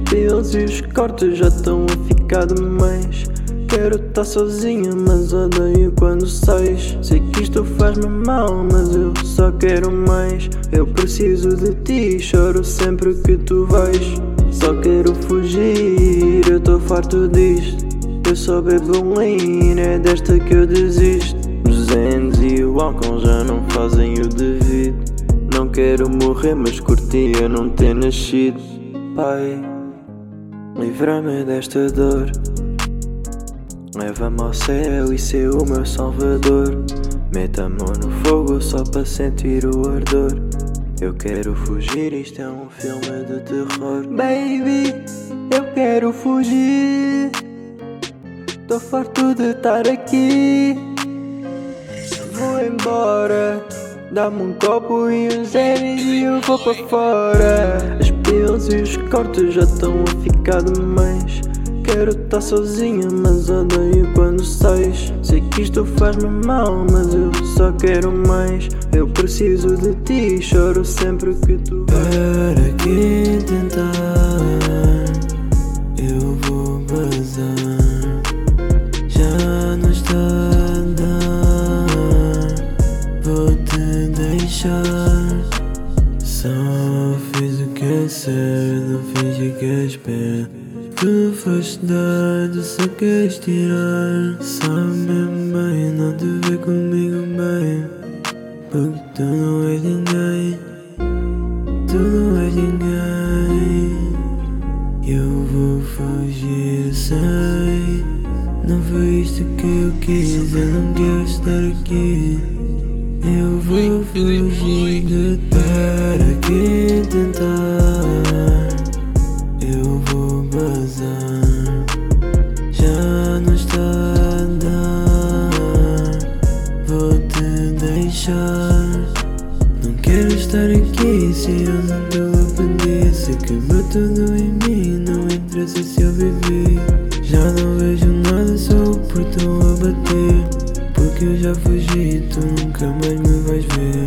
pelos e os cortes já estão a ficar demais. Quero estar sozinha, mas odeio quando sais. Sei que isto faz-me mal, mas eu só quero mais. Eu preciso de ti, choro sempre que tu vais. Só quero fugir, eu tô farto disto. Eu só bebo lean, é desta que eu desisto. Os ends e o álcool já não fazem o devido. Não quero morrer, mas curtia não ter nascido. Pai, livra-me desta dor. Leva-me ao céu e ser o meu salvador. Meta a mão no fogo só para sentir o ardor. Eu quero fugir, isto é um filme de terror. Baby, eu quero fugir. Tô farto de estar aqui. Vou embora. Dá-me um copo e uns Z's e eu vou para fora. As pelos e os cortes já estão a ficar demais. Quero estar sozinha, mas odeio quando sais. Sei que isto faz-me mal, mas eu só quero mais. Eu preciso de ti, choro sempre que tu vais. Para que tentar? Eu vou bazar. Já não está a dar. Vou te deixar. Só fiz o que é certo, não fingi que és perto. Tu foste dado, só queres tirar. Sabe bem, não te vê comigo bem. Porque tu não és ninguém. Tu não és ninguém. Eu vou fugir, sei. Não foi isto que eu quis, eu não quero estar aqui. Eu vou fugir de para que tentar. Eu vou bazar. Já não está a dar. Vou te deixar. Não quero estar aqui se eu não te o pedir. Se quebrou tudo em mim, não interessa se eu vivi. Já não vejo nada, só o portão a bater. Porque eu já fugi, tu nunca mais me vais ver.